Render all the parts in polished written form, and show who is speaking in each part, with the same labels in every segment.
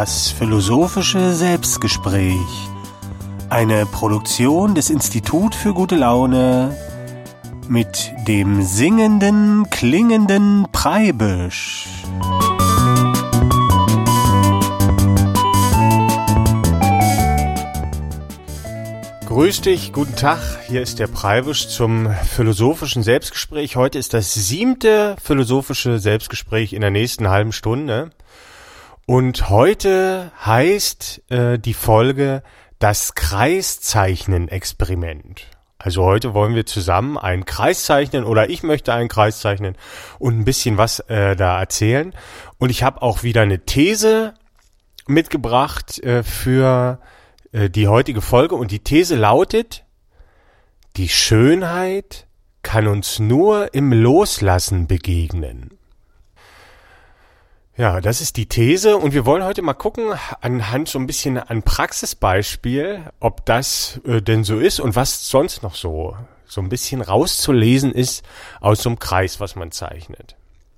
Speaker 1: Das philosophische Selbstgespräch. Eine Produktion des Institut für gute Laune mit dem singenden, klingenden Preibisch. Grüß dich, guten Tag, hier ist der Preibisch zum philosophischen Selbstgespräch. Heute ist das 7. philosophische Selbstgespräch in der nächsten halben Stunde. Und heute heißt die Folge das Kreiszeichnen-Experiment. Also heute wollen wir zusammen einen Kreis zeichnen oder ich möchte einen Kreis zeichnen und ein bisschen was da erzählen. Und ich habe auch wieder eine These mitgebracht für die heutige Folge. Und die These lautet: Die Schönheit kann uns nur im Loslassen begegnen. Ja, das ist die These und wir wollen heute mal gucken, anhand so ein bisschen an Praxisbeispiel, ob das denn so ist und was sonst noch so ein bisschen rauszulesen ist aus so einem Kreis, was man zeichnet.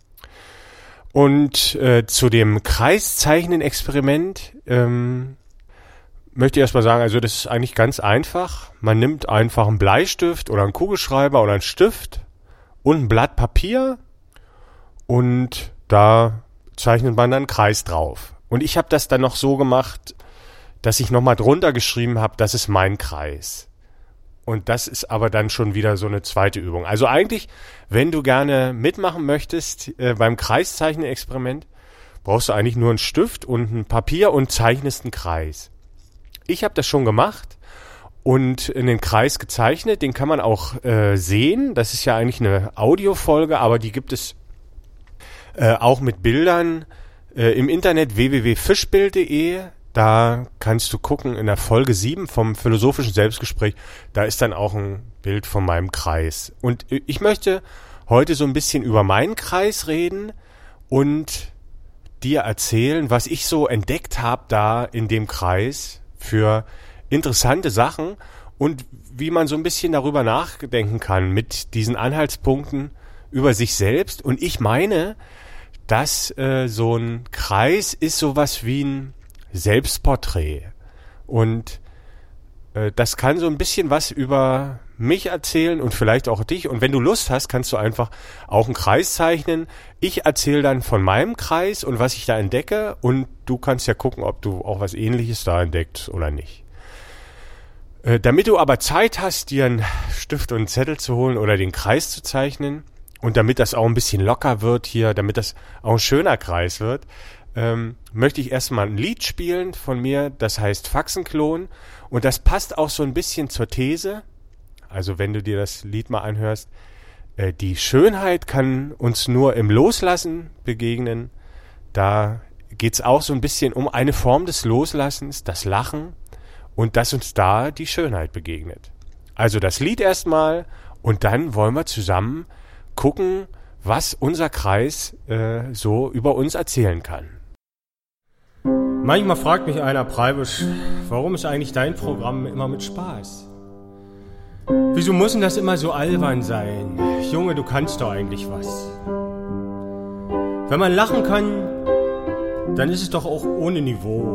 Speaker 1: Und zu dem Kreiszeichnen-Experiment möchte ich erstmal sagen, also das ist eigentlich ganz einfach. Man nimmt einfach einen Bleistift oder einen Kugelschreiber oder einen Stift und ein Blatt Papier und da zeichnet man dann einen Kreis drauf. Und ich habe das dann noch so gemacht, dass ich nochmal drunter geschrieben habe, das ist mein Kreis. Und das ist aber dann schon wieder so eine zweite Übung. Also eigentlich, wenn du gerne mitmachen möchtest beim Kreiszeichnen-Experiment, brauchst du eigentlich nur einen Stift und ein Papier und zeichnest einen Kreis. Ich habe das schon gemacht und in den Kreis gezeichnet. Den kann man auch sehen. Das ist ja eigentlich eine Audiofolge, aber die gibt es auch mit Bildern im Internet www.fischbild.de. Da kannst du gucken in der Folge 7 vom philosophischen Selbstgespräch. Da ist dann auch ein Bild von meinem Kreis. Und ich möchte heute so ein bisschen über meinen Kreis reden und dir erzählen, was ich so entdeckt habe da in dem Kreis für interessante Sachen und wie man so ein bisschen darüber nachdenken kann mit diesen Anhaltspunkten über sich selbst. Und ich meine, dass so ein Kreis ist sowas wie ein Selbstporträt. Und das kann so ein bisschen was über mich erzählen und vielleicht auch dich. Und wenn du Lust hast, kannst du einfach auch einen Kreis zeichnen. Ich erzähle dann von meinem Kreis und was ich da entdecke. Und du kannst ja gucken, ob du auch was Ähnliches da entdeckst oder nicht. Damit du aber Zeit hast, dir einen Stift und einen Zettel zu holen oder den Kreis zu zeichnen und damit das auch ein bisschen locker wird hier, damit das auch ein schöner Kreis wird, möchte ich erstmal ein Lied spielen von mir, das heißt Faxenklon. Und das passt auch so ein bisschen zur These. Also wenn du dir das Lied mal anhörst, die Schönheit kann uns nur im Loslassen begegnen. Da geht's auch so ein bisschen um eine Form des Loslassens, das Lachen und dass uns da die Schönheit begegnet. Also das Lied erstmal und dann wollen wir zusammen gucken, was unser Kreis so über uns erzählen kann. Manchmal fragt mich einer, Preibisch, warum ist eigentlich dein Programm immer mit Spaß? Wieso muss denn das immer so albern sein? Junge, du kannst doch eigentlich was. Wenn man lachen kann, dann ist es doch auch ohne Niveau.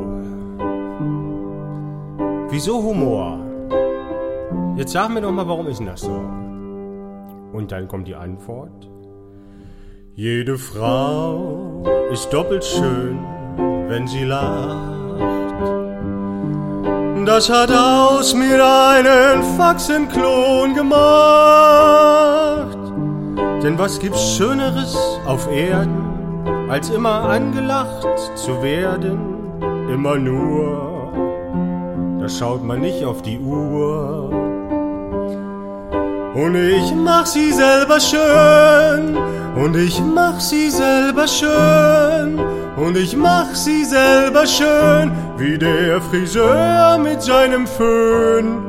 Speaker 1: Wieso Humor? Jetzt sag mir doch mal, warum ist denn das so? Und dann kommt die Antwort: Jede Frau ist doppelt schön, wenn sie lacht. Das hat aus mir einen Faxenklon gemacht. Denn was gibt's Schöneres auf Erden, als immer angelacht zu werden? Immer nur, da schaut man nicht auf die Uhr. Und ich mach sie selber schön, und ich mach sie selber schön, und ich mach sie selber schön, wie der Friseur mit seinem Föhn.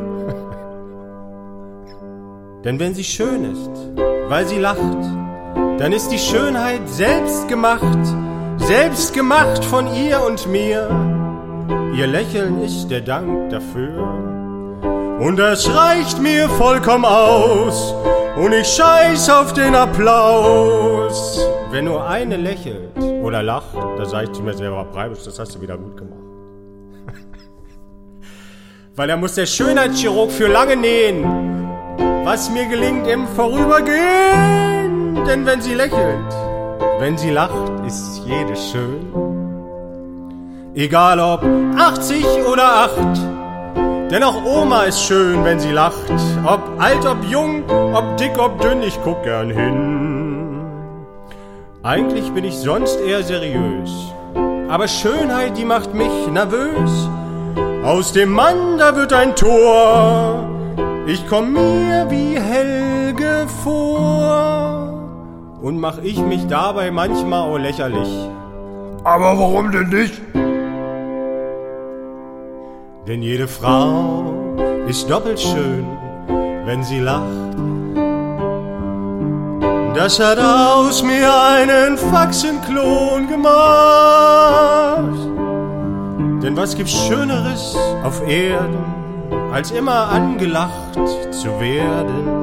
Speaker 1: Denn wenn sie schön ist, weil sie lacht, dann ist die Schönheit selbst gemacht von ihr und mir. Ihr Lächeln ist der Dank dafür. Und das reicht mir vollkommen aus. Und ich scheiß auf den Applaus. Wenn nur eine lächelt oder lacht, da sag ich zu mir selber, Preibisch, das hast du wieder gut gemacht. weil er muss der Schönheitschirurg für lange nähen, was mir gelingt im Vorübergehen. Denn wenn sie lächelt, wenn sie lacht, ist jede schön. Egal ob 80 oder 8, denn auch Oma ist schön, wenn sie lacht. Ob alt, ob jung, ob dick, ob dünn, ich guck gern hin. Eigentlich bin ich sonst eher seriös, aber Schönheit, die macht mich nervös. Aus dem Mann, da wird ein Tor. Ich komm mir wie Helge vor. Und mach ich mich dabei manchmal auch lächerlich.
Speaker 2: Aber warum denn nicht?
Speaker 1: Denn jede Frau ist doppelt schön, wenn sie lacht. Das hat aus mir einen Faxenklon gemacht. Denn was gibt's Schöneres auf Erden, als immer angelacht zu werden?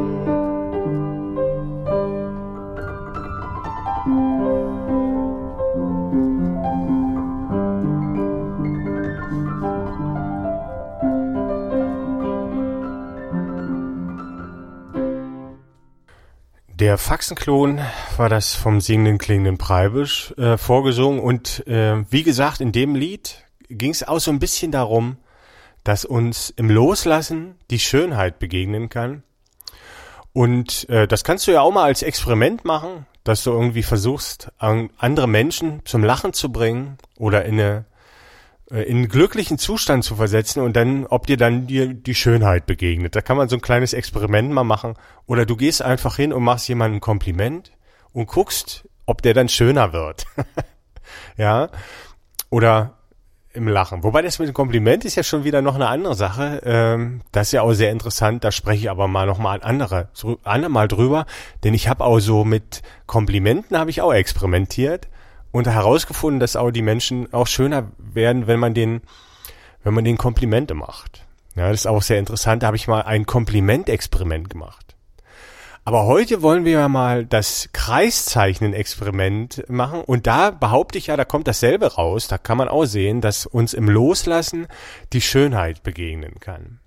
Speaker 1: Der Faxenklon war das vom singenden klingenden Preibisch vorgesungen und wie gesagt, in dem Lied ging es auch so ein bisschen darum, dass uns im Loslassen die Schönheit begegnen kann. Und das kannst du ja auch mal als Experiment machen, dass du irgendwie versuchst, andere Menschen zum Lachen zu bringen oder in einen glücklichen Zustand zu versetzen und dann, ob dir dann die Schönheit begegnet. Da kann man so ein kleines Experiment mal machen. Oder du gehst einfach hin und machst jemandem ein Kompliment und guckst, ob der dann schöner wird. Ja. Oder im Lachen. Wobei das mit dem Kompliment ist ja schon wieder noch eine andere Sache. Das ist ja auch sehr interessant. Da spreche ich aber mal noch mal andermal drüber. Denn ich habe auch so mit Komplimenten habe ich auch experimentiert. Und herausgefunden, dass auch die Menschen auch schöner werden, wenn man denen Komplimente macht. Ja, das ist auch sehr interessant. Da habe ich mal ein Komplimentexperiment gemacht. Aber heute wollen wir ja mal das Kreiszeichnen-Experiment machen. Und da behaupte ich ja, da kommt dasselbe raus. Da kann man auch sehen, dass uns im Loslassen die Schönheit begegnen kann.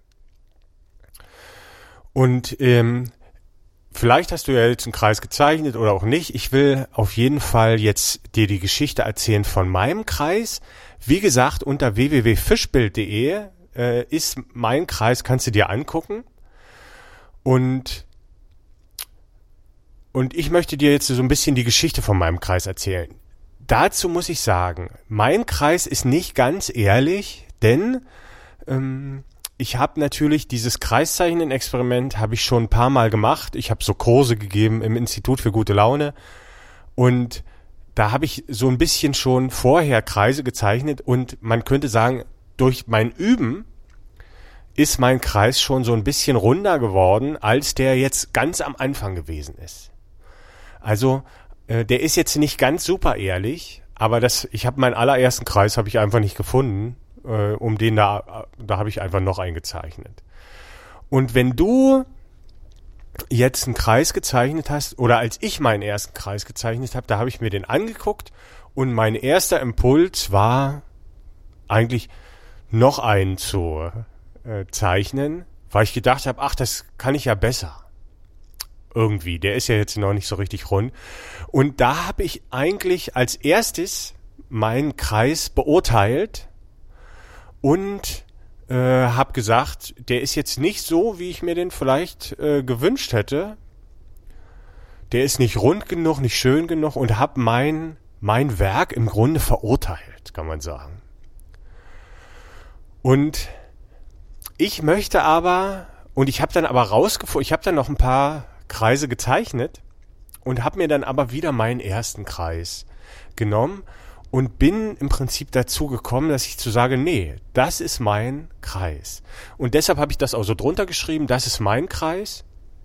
Speaker 1: Und vielleicht hast du ja jetzt einen Kreis gezeichnet oder auch nicht. Ich will auf jeden Fall jetzt dir die Geschichte erzählen von meinem Kreis. Wie gesagt, unter www.fischbild.de ist mein Kreis, kannst du dir angucken. Und ich möchte dir jetzt so ein bisschen die Geschichte von meinem Kreis erzählen. Dazu muss ich sagen, mein Kreis ist nicht ganz ehrlich, denn ich habe natürlich dieses Kreiszeichnen-Experiment habe ich schon ein paar Mal gemacht. Ich habe so Kurse gegeben im Institut für gute Laune und da habe ich so ein bisschen schon vorher Kreise gezeichnet und man könnte sagen, durch mein Üben ist mein Kreis schon so ein bisschen runder geworden, als der jetzt ganz am Anfang gewesen ist. Also der ist jetzt nicht ganz super ehrlich, aber ich habe meinen allerersten Kreis habe ich einfach nicht gefunden. Um den da habe ich einfach noch eingezeichnet. Und wenn du jetzt einen Kreis gezeichnet hast, oder als ich meinen ersten Kreis gezeichnet habe, da habe ich mir den angeguckt und mein erster Impuls war eigentlich noch einen zu zeichnen, weil ich gedacht habe, ach, das kann ich ja besser. Irgendwie, der ist ja jetzt noch nicht so richtig rund. Und da habe ich eigentlich als erstes meinen Kreis beurteilt, und habe gesagt, der ist jetzt nicht so, wie ich mir den vielleicht gewünscht hätte. Der ist nicht rund genug, nicht schön genug und habe mein Werk im Grunde verurteilt, kann man sagen. Und ich möchte aber, und ich habe dann aber rausgefunden, ich habe dann noch ein paar Kreise gezeichnet und habe mir dann aber wieder meinen ersten Kreis genommen und bin im Prinzip dazu gekommen, dass ich zu sagen, nee, das ist mein Kreis. Und deshalb habe ich das auch so drunter geschrieben, das ist mein Kreis.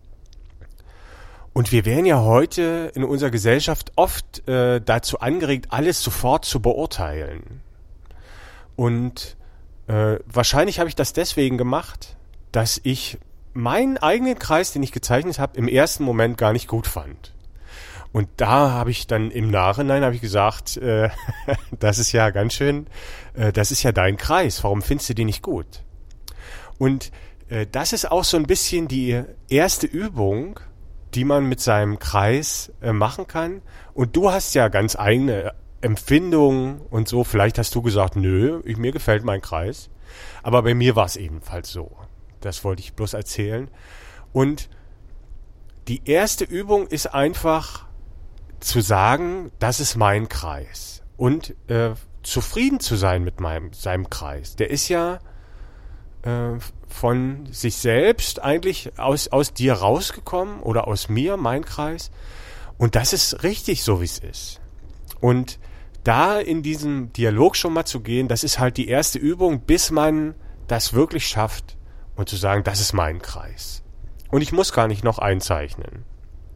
Speaker 1: Und wir werden ja heute in unserer Gesellschaft oft dazu angeregt, alles sofort zu beurteilen. Und wahrscheinlich habe ich das deswegen gemacht, dass ich meinen eigenen Kreis, den ich gezeichnet habe, im ersten Moment gar nicht gut fand. Und da habe ich dann im Nachhinein gesagt, das ist ja ganz schön, das ist ja dein Kreis, warum findest du den nicht gut? Und das ist auch so ein bisschen die erste Übung, die man mit seinem Kreis machen kann. Und du hast ja ganz eigene Empfindungen und so. Vielleicht hast du gesagt, nö, mir gefällt mein Kreis. Aber bei mir war es ebenfalls so. Das wollte ich bloß erzählen. Und die erste Übung ist einfach zu sagen, das ist mein Kreis. Und zufrieden zu sein mit seinem Kreis. Der ist ja von sich selbst eigentlich aus dir rausgekommen oder aus mir, mein Kreis. Und das ist richtig, so wie es ist. Und da in diesem Dialog schon mal zu gehen, das ist halt die erste Übung, bis man das wirklich schafft und zu sagen, das ist mein Kreis. Und ich muss gar nicht noch einzeichnen.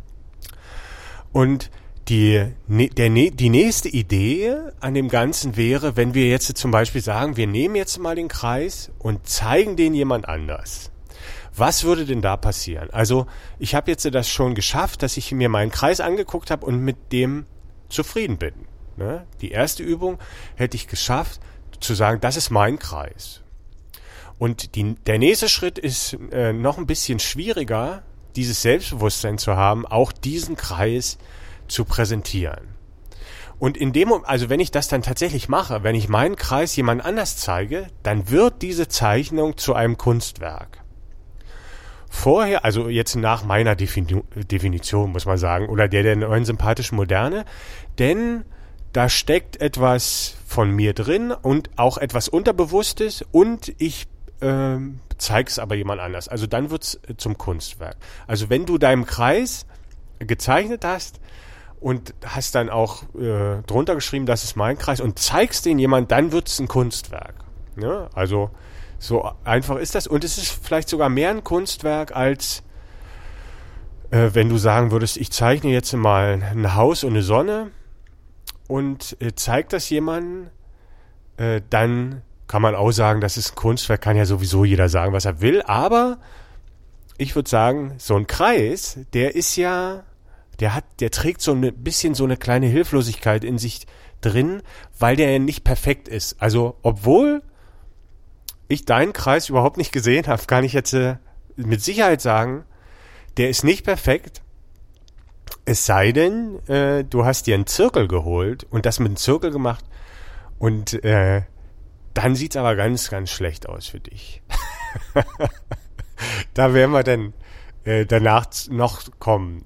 Speaker 1: Und die nächste Idee an dem Ganzen wäre, wenn wir jetzt zum Beispiel sagen, wir nehmen jetzt mal den Kreis und zeigen den jemand anders. Was würde denn da passieren? Also ich habe jetzt das schon geschafft, dass ich mir meinen Kreis angeguckt habe und mit dem zufrieden bin. Ne? Die erste Übung hätte ich geschafft, zu sagen, das ist mein Kreis. Und der nächste Schritt ist noch ein bisschen schwieriger, dieses Selbstbewusstsein zu haben, auch diesen Kreis zu präsentieren. Und also wenn ich das dann tatsächlich mache, wenn ich meinen Kreis jemand anders zeige, dann wird diese Zeichnung zu einem Kunstwerk. Vorher, also jetzt nach meiner Definition, muss man sagen, oder der neuen sympathischen Moderne, denn da steckt etwas von mir drin und auch etwas Unterbewusstes und ich zeige es aber jemand anders. Also dann wird es zum Kunstwerk. Also wenn du deinem Kreis gezeichnet hast, und hast dann auch drunter geschrieben, das ist mein Kreis und zeigst den jemand, dann wird es ein Kunstwerk. Ja? Also so einfach ist das. Und es ist vielleicht sogar mehr ein Kunstwerk, als wenn du sagen würdest, ich zeichne jetzt mal ein Haus und eine Sonne und zeig das jemandem, dann kann man auch sagen, das ist ein Kunstwerk, kann ja sowieso jeder sagen, was er will. Aber ich würde sagen, so ein Kreis, der ist ja... Der trägt so ein bisschen so eine kleine Hilflosigkeit in sich drin, weil der ja nicht perfekt ist. Also, obwohl ich deinen Kreis überhaupt nicht gesehen habe, kann ich jetzt mit Sicherheit sagen, der ist nicht perfekt. Es sei denn, du hast dir einen Zirkel geholt und das mit einem Zirkel gemacht und dann sieht's aber ganz, ganz schlecht aus für dich. Da werden wir dann danach noch kommen.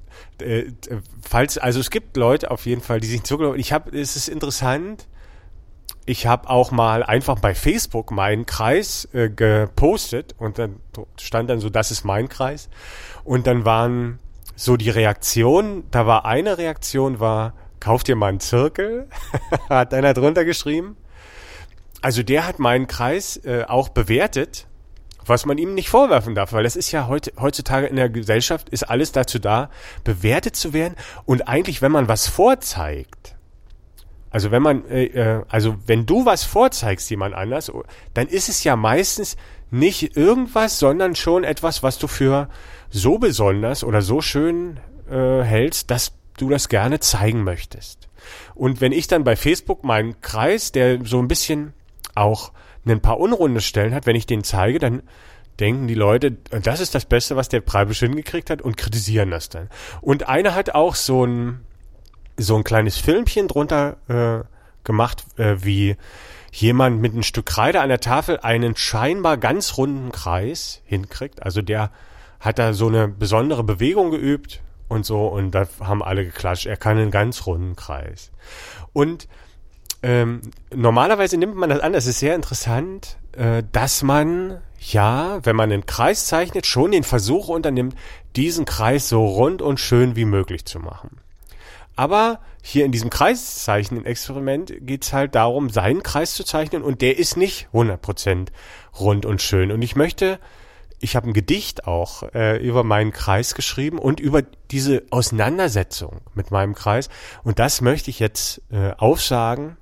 Speaker 1: Also es gibt Leute auf jeden Fall, die sich zurück. Es ist interessant. Ich habe auch mal einfach bei Facebook meinen Kreis gepostet und dann stand dann so, das ist mein Kreis. Und dann waren so die Reaktionen. Da war eine Reaktion kauf dir mal einen Zirkel. Hat einer drunter geschrieben. Also der hat meinen Kreis auch bewertet. Was man ihm nicht vorwerfen darf, weil das ist ja heutzutage in der Gesellschaft ist alles dazu da, bewertet zu werden. Und eigentlich, wenn man was vorzeigt, also wenn du was vorzeigst jemand anders, dann ist es ja meistens nicht irgendwas, sondern schon etwas, was du für so besonders oder so schön hältst, dass du das gerne zeigen möchtest. Und wenn ich dann bei Facebook meinen Kreis, der so ein bisschen auch ein paar unrunde Stellen hat, wenn ich den zeige, dann denken die Leute, das ist das Beste, was der Preibisch hingekriegt hat und kritisieren das dann. Und einer hat auch so ein kleines Filmchen drunter gemacht, wie jemand mit einem Stück Kreide an der Tafel einen scheinbar ganz runden Kreis hinkriegt. Also der hat da so eine besondere Bewegung geübt und so und da haben alle geklatscht. Er kann einen ganz runden Kreis. Und normalerweise nimmt man das an, das ist sehr interessant, dass man, ja, wenn man einen Kreis zeichnet, schon den Versuch unternimmt, diesen Kreis so rund und schön wie möglich zu machen. Aber hier in diesem Kreiszeichnen-Experiment geht es halt darum, seinen Kreis zu zeichnen und der ist nicht 100% rund und schön. Und ich habe ein Gedicht auch über meinen Kreis geschrieben und über diese Auseinandersetzung mit meinem Kreis. Und das möchte ich jetzt aufsagen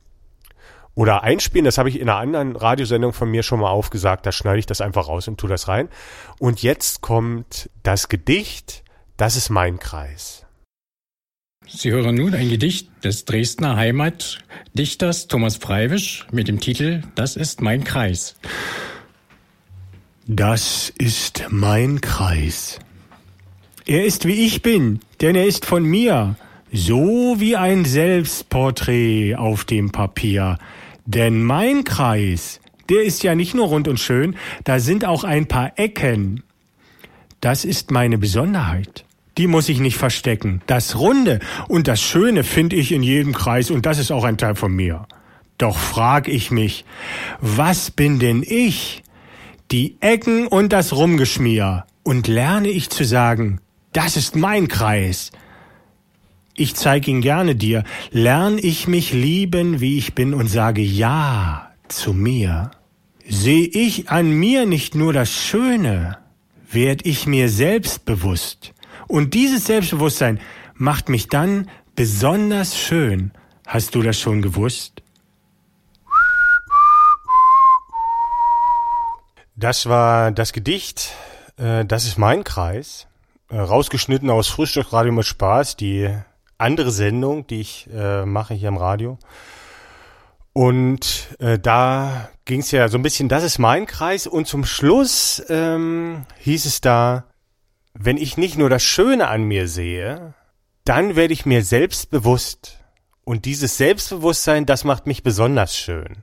Speaker 1: oder einspielen. Das habe ich in einer anderen Radiosendung von mir schon mal aufgesagt. Da schneide ich das einfach raus und tue das rein. Und jetzt kommt das Gedicht, das ist mein Kreis.
Speaker 3: Sie hören nun ein Gedicht des Dresdner Heimatdichters Thomas Preibisch mit dem Titel Das ist mein Kreis.
Speaker 4: Das ist mein Kreis. Er ist wie ich bin, denn er ist von mir, so wie ein Selbstporträt auf dem Papier. Denn mein Kreis, der ist ja nicht nur rund und schön, da sind auch ein paar Ecken. Das ist meine Besonderheit. Die muss ich nicht verstecken. Das Runde und das Schöne finde ich in jedem Kreis und das ist auch ein Teil von mir. Doch frag ich mich, was bin denn ich? Die Ecken und das Rumgeschmier. Und lerne ich zu sagen, das ist mein Kreis. Ich zeig ihn gerne dir. Lern ich mich lieben, wie ich bin und sage Ja zu mir. Seh ich an mir nicht nur das Schöne, werd ich mir selbstbewusst. Und dieses Selbstbewusstsein macht mich dann besonders schön. Hast du das schon gewusst?
Speaker 1: Das war das Gedicht, das ist mein Kreis, rausgeschnitten aus Frühstücksradio mit Spaß, die andere Sendung, die ich mache hier im Radio. Und da ging es ja so ein bisschen, das ist mein Kreis. Und zum Schluss hieß es da, wenn ich nicht nur das Schöne an mir sehe, dann werde ich mir selbst bewusst. Und dieses Selbstbewusstsein, das macht mich besonders schön.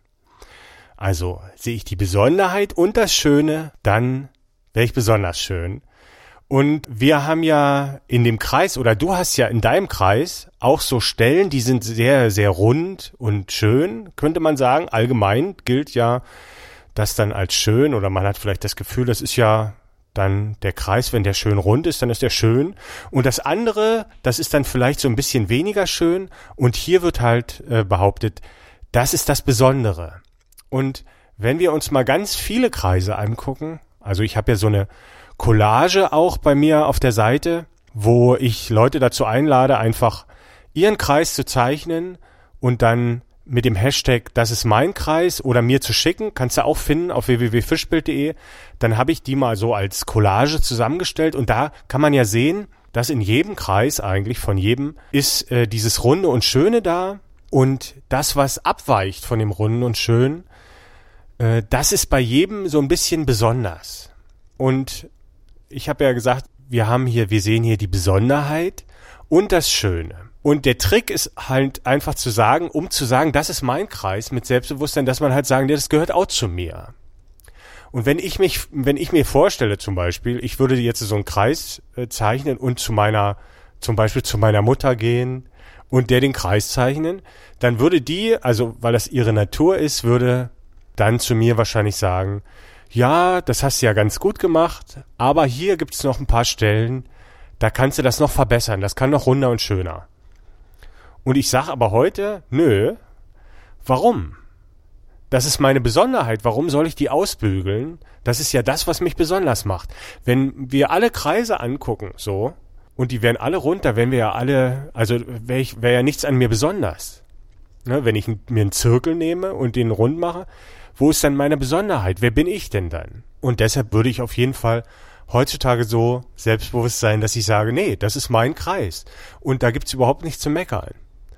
Speaker 1: Also sehe ich die Besonderheit und das Schöne, dann wäre ich besonders schön. Und wir haben ja in dem Kreis, oder du hast ja in deinem Kreis auch so Stellen, die sind sehr, sehr rund und schön, könnte man sagen. Allgemein gilt ja das dann als schön, oder man hat vielleicht das Gefühl, das ist ja dann der Kreis, wenn der schön rund ist, dann ist der schön. Und das andere, das ist dann vielleicht so ein bisschen weniger schön. Und hier wird halt behauptet, das ist das Besondere. Und wenn wir uns mal ganz viele Kreise angucken, also ich habe ja so eine Collage auch bei mir auf der Seite, wo ich Leute dazu einlade, einfach ihren Kreis zu zeichnen und dann mit dem Hashtag das ist mein Kreis oder mir zu schicken, kannst du auch finden auf www.fischbild.de, dann habe ich die mal so als Collage zusammengestellt und da kann man ja sehen, dass in jedem Kreis eigentlich von jedem ist dieses Runde und Schöne da und das, was abweicht von dem Runden und Schönen, das ist bei jedem so ein bisschen besonders. Und ich habe ja gesagt, wir sehen hier die Besonderheit und das Schöne. Und der Trick ist halt einfach zu sagen, das ist mein Kreis mit Selbstbewusstsein, dass man halt sagen, das gehört auch zu mir. Und wenn ich mir vorstelle zum Beispiel, ich würde jetzt so einen Kreis zeichnen und zum Beispiel zu meiner Mutter gehen und der den Kreis zeichnen, dann würde die, also weil das ihre Natur ist, würde dann zu mir wahrscheinlich sagen, ja, das hast du ja ganz gut gemacht, aber hier gibt's noch ein paar Stellen, da kannst du das noch verbessern, das kann noch runder und schöner. Und ich sage aber heute, nö, warum? Das ist meine Besonderheit, warum soll ich die ausbügeln? Das ist ja das, was mich besonders macht. Wenn wir alle Kreise angucken, so, und die wären alle rund, da wären wir ja alle, also wäre ja nichts an mir besonders. Ne, wenn ich mir einen Zirkel nehme und den rund mache, wo ist dann meine Besonderheit? Wer bin ich denn dann? Und deshalb würde ich auf jeden Fall heutzutage so selbstbewusst sein, dass ich sage, nee, das ist mein Kreis. Und da gibt's überhaupt nichts zu meckern.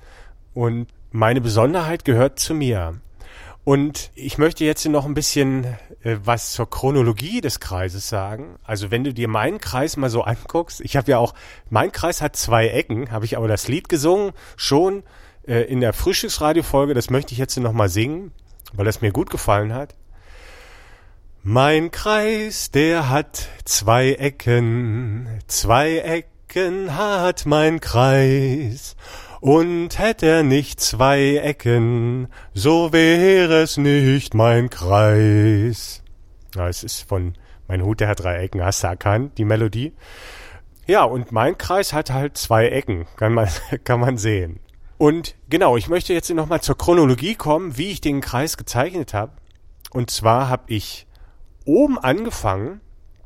Speaker 1: Und meine Besonderheit gehört zu mir. Und ich möchte jetzt noch ein bisschen was zur Chronologie des Kreises sagen. Also wenn du dir meinen Kreis mal so anguckst, mein Kreis hat 2 Ecken, habe ich aber das Lied gesungen, schon in der Frühstücksradio-Folge, das möchte ich jetzt noch mal singen, weil das mir gut gefallen hat. Mein Kreis, der hat 2 Ecken, 2 Ecken hat mein Kreis. Und hätte er nicht 2 Ecken, so wäre es nicht mein Kreis. Ja, es ist von Mein Hut, der hat 3 Ecken, hast du erkannt, die Melodie? Ja, und mein Kreis hat halt 2 Ecken, kann man sehen. Und genau, ich möchte jetzt nochmal zur Chronologie kommen, wie ich den Kreis gezeichnet habe. Und zwar habe ich oben angefangen,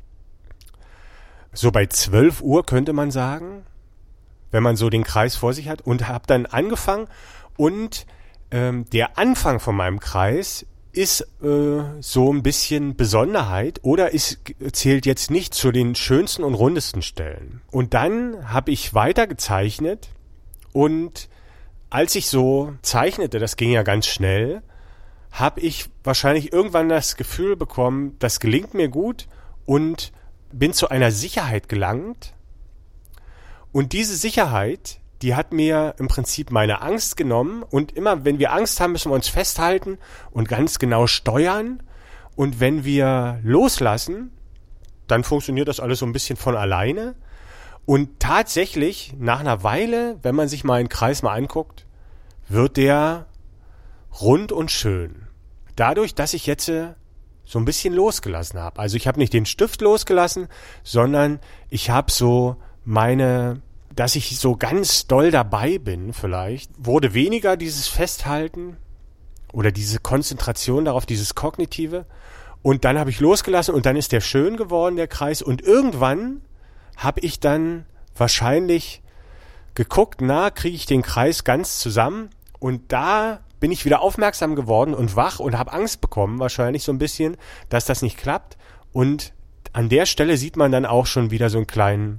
Speaker 1: so bei 12 Uhr könnte man sagen, wenn man so den Kreis vor sich hat, und habe dann angefangen und der Anfang von meinem Kreis ist so ein bisschen Besonderheit oder zählt jetzt nicht zu den schönsten und rundesten Stellen. Und dann habe ich weiter gezeichnet und als ich so zeichnete, das ging ja ganz schnell, habe ich wahrscheinlich irgendwann das Gefühl bekommen, das gelingt mir gut und bin zu einer Sicherheit gelangt. Und diese Sicherheit, die hat mir im Prinzip meine Angst genommen. Und immer, wenn wir Angst haben, müssen wir uns festhalten und ganz genau steuern. Und wenn wir loslassen, dann funktioniert das alles so ein bisschen von alleine. Und tatsächlich, nach einer Weile, wenn man sich mal einen Kreis mal anguckt, wird der rund und schön. Dadurch, dass ich jetzt so ein bisschen losgelassen habe. Also ich habe nicht den Stift losgelassen, sondern ich habe so dass ich so ganz doll dabei bin vielleicht, wurde weniger dieses Festhalten oder diese Konzentration darauf, dieses Kognitive. Und dann habe ich losgelassen und dann ist der schön geworden, der Kreis. Und irgendwann habe ich dann wahrscheinlich geguckt, kriege ich den Kreis ganz zusammen. Und da bin ich wieder aufmerksam geworden und wach und habe Angst bekommen, wahrscheinlich so ein bisschen, dass das nicht klappt. Und an der Stelle sieht man dann auch schon wieder so einen kleinen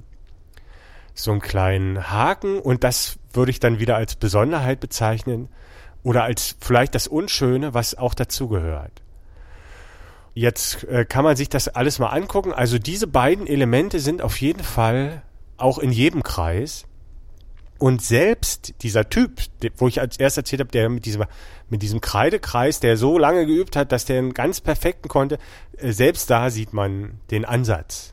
Speaker 1: Haken. Und das würde ich dann wieder als Besonderheit bezeichnen oder als vielleicht das Unschöne, was auch dazugehört. Jetzt kann man sich das alles mal angucken. Also diese beiden Elemente sind auf jeden Fall auch in jedem Kreis. Und selbst dieser Typ, wo ich als erst erzählt habe, der mit diesem Kreidekreis, der so lange geübt hat, dass der einen ganz perfekten konnte, selbst da sieht man den Ansatz.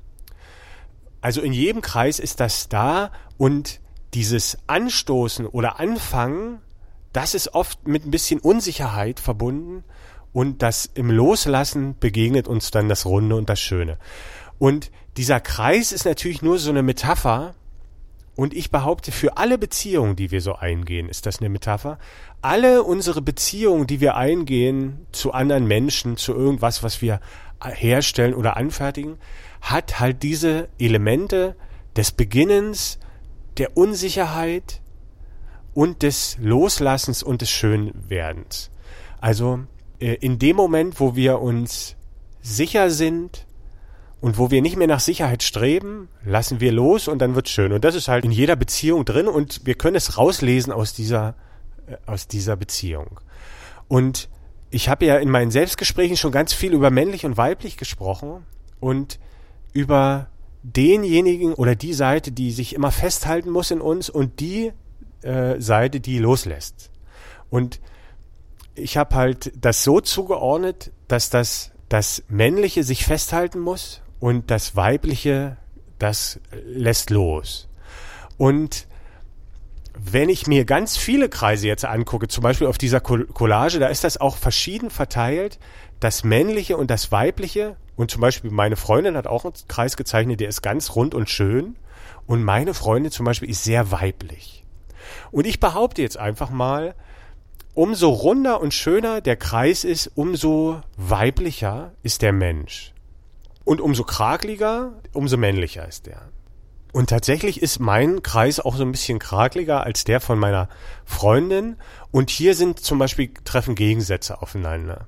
Speaker 1: Also in jedem Kreis ist das da und dieses Anstoßen oder Anfangen, das ist oft mit ein bisschen Unsicherheit verbunden. Und das im Loslassen begegnet uns dann das Runde und das Schöne. Und dieser Kreis ist natürlich nur so eine Metapher. Und ich behaupte, für alle Beziehungen, die wir so eingehen, ist das eine Metapher. Alle unsere Beziehungen, die wir eingehen zu anderen Menschen, zu irgendwas, was wir herstellen oder anfertigen, hat halt diese Elemente des Beginnens, der Unsicherheit und des Loslassens und des Schönwerdens. Also in dem Moment, wo wir uns sicher sind und wo wir nicht mehr nach Sicherheit streben, lassen wir los und dann wird's schön. Und das ist halt in jeder Beziehung drin und wir können es rauslesen aus dieser Beziehung. Und ich habe ja in meinen Selbstgesprächen schon ganz viel über männlich und weiblich gesprochen und über denjenigen oder die Seite, die sich immer festhalten muss in uns und die Seite, die loslässt. Und ich habe halt das so zugeordnet, dass das Männliche sich festhalten muss und das Weibliche, das lässt los. Und wenn ich mir ganz viele Kreise jetzt angucke, zum Beispiel auf dieser Collage, da ist das auch verschieden verteilt, das Männliche und das Weibliche. Und zum Beispiel meine Freundin hat auch einen Kreis gezeichnet, der ist ganz rund und schön. Und meine Freundin zum Beispiel ist sehr weiblich. Und ich behaupte jetzt einfach mal, umso runder und schöner der Kreis ist, umso weiblicher ist der Mensch. Und umso krakeliger, umso männlicher ist der. Und tatsächlich ist mein Kreis auch so ein bisschen krakeliger als der von meiner Freundin. Und hier treffen Gegensätze aufeinander.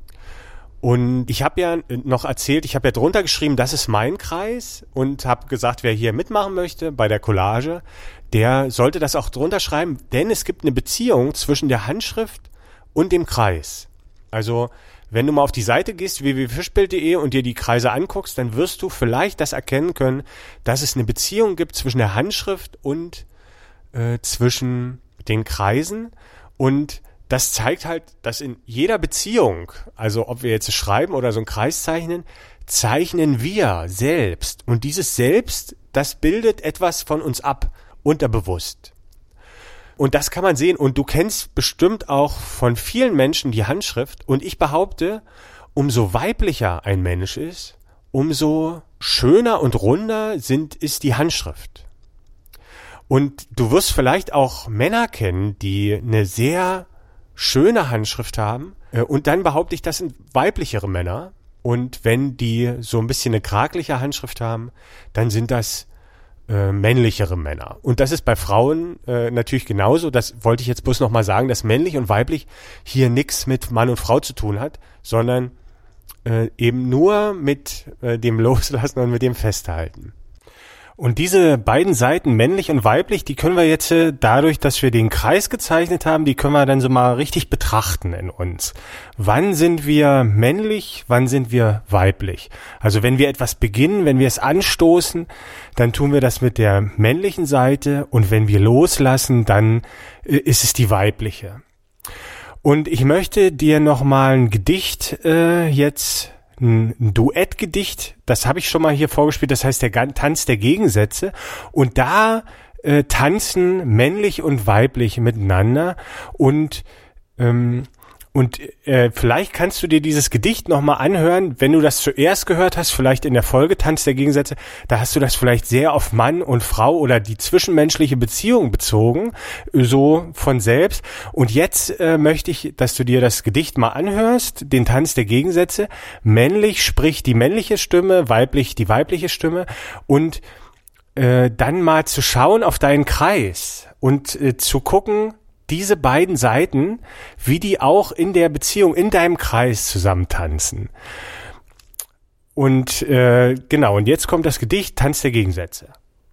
Speaker 1: Und ich habe ja noch erzählt, ich habe ja drunter geschrieben, das ist mein Kreis und habe gesagt, wer hier mitmachen möchte bei der Collage, der sollte das auch drunter schreiben, denn es gibt eine Beziehung zwischen der Handschrift und dem Kreis. Also wenn du mal auf die Seite gehst, www.fischbild.de und dir die Kreise anguckst, dann wirst du vielleicht das erkennen können, dass es eine Beziehung gibt zwischen der Handschrift und zwischen den Kreisen. Und das zeigt halt, dass in jeder Beziehung, also ob wir jetzt schreiben oder so einen Kreis zeichnen, zeichnen wir selbst. Und dieses Selbst, das bildet etwas von uns ab, unterbewusst. Und das kann man sehen. Und du kennst bestimmt auch von vielen Menschen die Handschrift. Und ich behaupte, umso weiblicher ein Mensch ist, umso schöner und runder ist die Handschrift. Und du wirst vielleicht auch Männer kennen, die eine sehr schöne Handschrift haben. Und dann behaupte ich, das sind weiblichere Männer. Und wenn die so ein bisschen eine krakliche Handschrift haben, dann sind das männlichere Männer. Und das ist bei Frauen natürlich genauso. Das wollte ich jetzt bloß nochmal sagen, dass männlich und weiblich hier nichts mit Mann und Frau zu tun hat, sondern eben nur mit dem Loslassen und mit dem Festhalten. Und diese beiden Seiten, männlich und weiblich, die können wir jetzt dadurch, dass wir den Kreis gezeichnet haben, die können wir dann so mal richtig betrachten in uns. Wann sind wir männlich, wann sind wir weiblich? Also wenn wir etwas beginnen, wenn wir es anstoßen, dann tun wir das mit der männlichen Seite und wenn wir loslassen, dann ist es die weibliche. Und ich möchte dir nochmal ein Gedicht jetzt... ein Duettgedicht, das habe ich schon mal hier vorgespielt, das heißt der Tanz der Gegensätze und da tanzen männlich und weiblich miteinander und vielleicht kannst du dir dieses Gedicht nochmal anhören, wenn du das zuerst gehört hast, vielleicht in der Folge Tanz der Gegensätze, da hast du das vielleicht sehr auf Mann und Frau oder die zwischenmenschliche Beziehung bezogen, so von selbst. Und jetzt möchte ich, dass du dir das Gedicht mal anhörst, den Tanz der Gegensätze. Männlich spricht die männliche Stimme, weiblich die weibliche Stimme und dann mal zu schauen auf deinen Kreis und zu gucken, diese beiden Seiten, wie die auch in der Beziehung, in deinem Kreis zusammen tanzen. Und genau, und jetzt kommt das Gedicht Tanz der Gegensätze.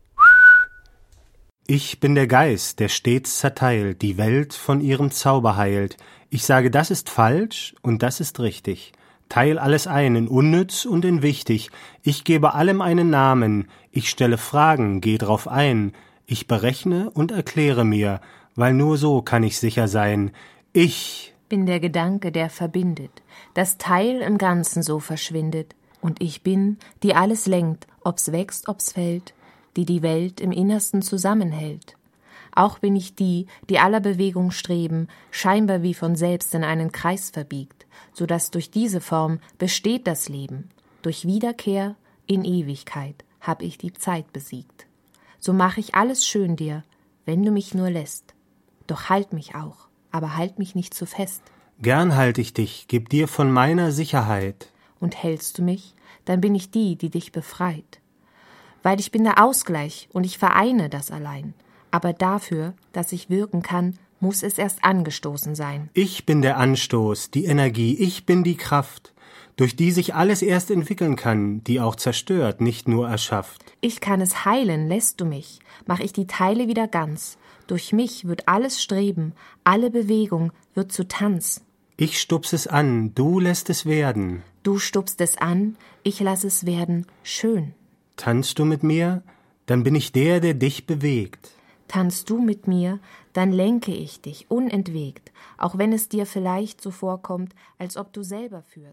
Speaker 5: Ich bin der Geist, der stets zerteilt, die Welt von ihrem Zauber heilt. Ich sage, das ist falsch und das ist richtig. Teil alles ein in unnütz und in wichtig. Ich gebe allem einen Namen. Ich stelle Fragen, geh drauf ein. Ich berechne und erkläre mir, weil nur so kann ich sicher sein. Ich
Speaker 6: bin der Gedanke, der verbindet, das Teil im Ganzen so verschwindet. Und ich bin, die alles lenkt, ob's wächst, ob's fällt, die die Welt im Innersten zusammenhält. Auch bin ich die, die aller Bewegung streben, scheinbar wie von selbst in einen Kreis verbiegt, so dass durch diese Form besteht das Leben. Durch Wiederkehr in Ewigkeit hab ich die Zeit besiegt. So mach ich alles schön dir, wenn du mich nur lässt. Doch halt mich auch, aber halt mich nicht zu fest.
Speaker 5: Gern halt ich dich, geb dir von meiner Sicherheit.
Speaker 6: Und hältst du mich, dann bin ich die, die dich befreit. Weil ich bin der Ausgleich und ich vereine das allein. Aber dafür, dass ich wirken kann, muss es erst angestoßen sein.
Speaker 5: Ich bin der Anstoß, die Energie, ich bin die Kraft, durch die sich alles erst entwickeln kann, die auch zerstört, nicht nur erschafft.
Speaker 6: Ich kann es heilen, lässt du mich, mach ich die Teile wieder ganz. Durch mich wird alles Streben, alle Bewegung wird zu Tanz.
Speaker 5: Ich stups es an, du lässt es werden.
Speaker 6: Du stupst es an, ich lass es werden schön.
Speaker 5: Tanzt du mit mir, dann bin ich der, der dich bewegt.
Speaker 6: Tanzt du mit mir, dann lenke ich dich unentwegt, auch wenn es dir vielleicht so vorkommt, als ob du selber führst.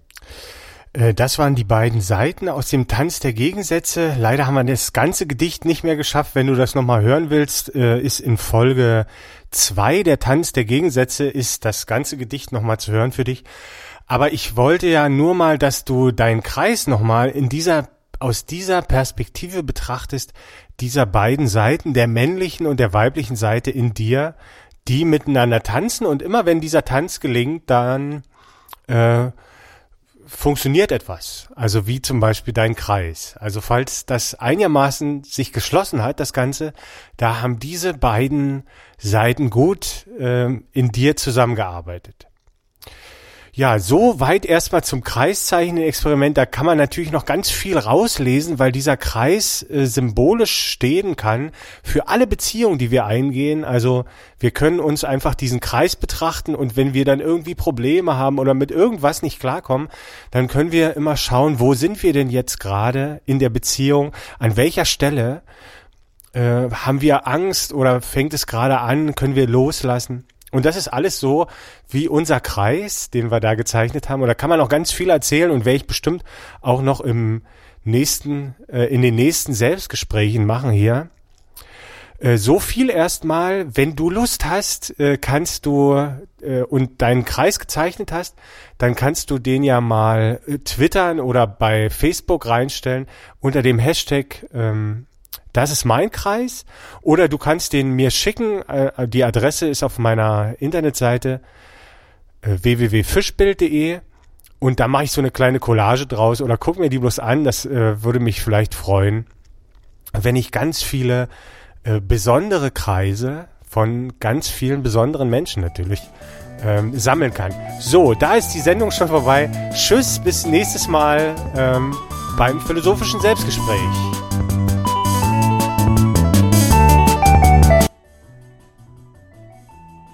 Speaker 1: Das waren die beiden Seiten aus dem Tanz der Gegensätze. Leider haben wir das ganze Gedicht nicht mehr geschafft. Wenn du das nochmal hören willst, ist in Folge 2 der Tanz der Gegensätze, ist das ganze Gedicht nochmal zu hören für dich. Aber ich wollte ja nur mal, dass du deinen Kreis nochmal aus dieser Perspektive betrachtest, dieser beiden Seiten, der männlichen und der weiblichen Seite in dir, die miteinander tanzen. Und immer wenn dieser Tanz gelingt, dann funktioniert etwas, also wie zum Beispiel dein Kreis. Also falls das einigermaßen sich geschlossen hat, das Ganze, da haben diese beiden Seiten gut in dir zusammengearbeitet. Ja, so weit erstmal zum Kreiszeichen-Experiment. Da kann man natürlich noch ganz viel rauslesen, weil dieser Kreis symbolisch stehen kann für alle Beziehungen, die wir eingehen. Also wir können uns einfach diesen Kreis betrachten und wenn wir dann irgendwie Probleme haben oder mit irgendwas nicht klarkommen, dann können wir immer schauen, wo sind wir denn jetzt gerade in der Beziehung, an welcher Stelle haben wir Angst oder fängt es gerade an, können wir loslassen. Und das ist alles so wie unser Kreis, den wir da gezeichnet haben. Und da kann man auch ganz viel erzählen und werde ich bestimmt auch noch in den nächsten Selbstgesprächen machen hier. So viel erstmal, wenn du Lust hast, kannst du und deinen Kreis gezeichnet hast, dann kannst du den ja mal twittern oder bei Facebook reinstellen unter dem Hashtag das ist mein Kreis, oder du kannst den mir schicken. Die Adresse ist auf meiner Internetseite www.fischbild.de und da mache ich so eine kleine Collage draus oder guck mir die bloß an. Das würde mich vielleicht freuen, wenn ich ganz viele besondere Kreise von ganz vielen besonderen Menschen natürlich sammeln kann. So, da ist die Sendung schon vorbei. Tschüss, bis nächstes Mal beim philosophischen Selbstgespräch.